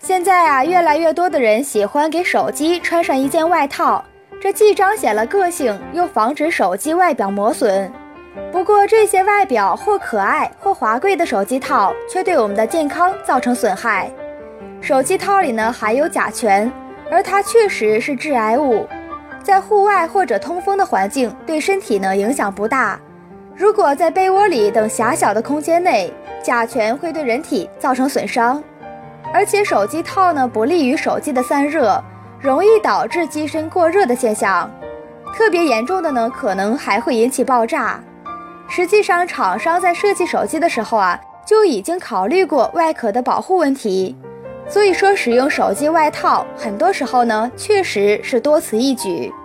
现在啊，越来越多的人喜欢给手机穿上一件外套，这既彰显了个性，又防止手机外表磨损。不过，这些外表或可爱或华贵的手机套，却对我们的健康造成损害。手机套里呢含有甲醛，而它确实是致癌物，在户外或者通风的环境，对身体呢影响不大。如果在被窝里等狭小的空间内，甲醛会对人体造成损伤。而且手机套呢不利于手机的散热，容易导致机身过热的现象，特别严重的呢可能还会引起爆炸。实际上厂商在设计手机的时候啊，就已经考虑过外壳的保护问题，所以说使用手机外套很多时候呢确实是多此一举。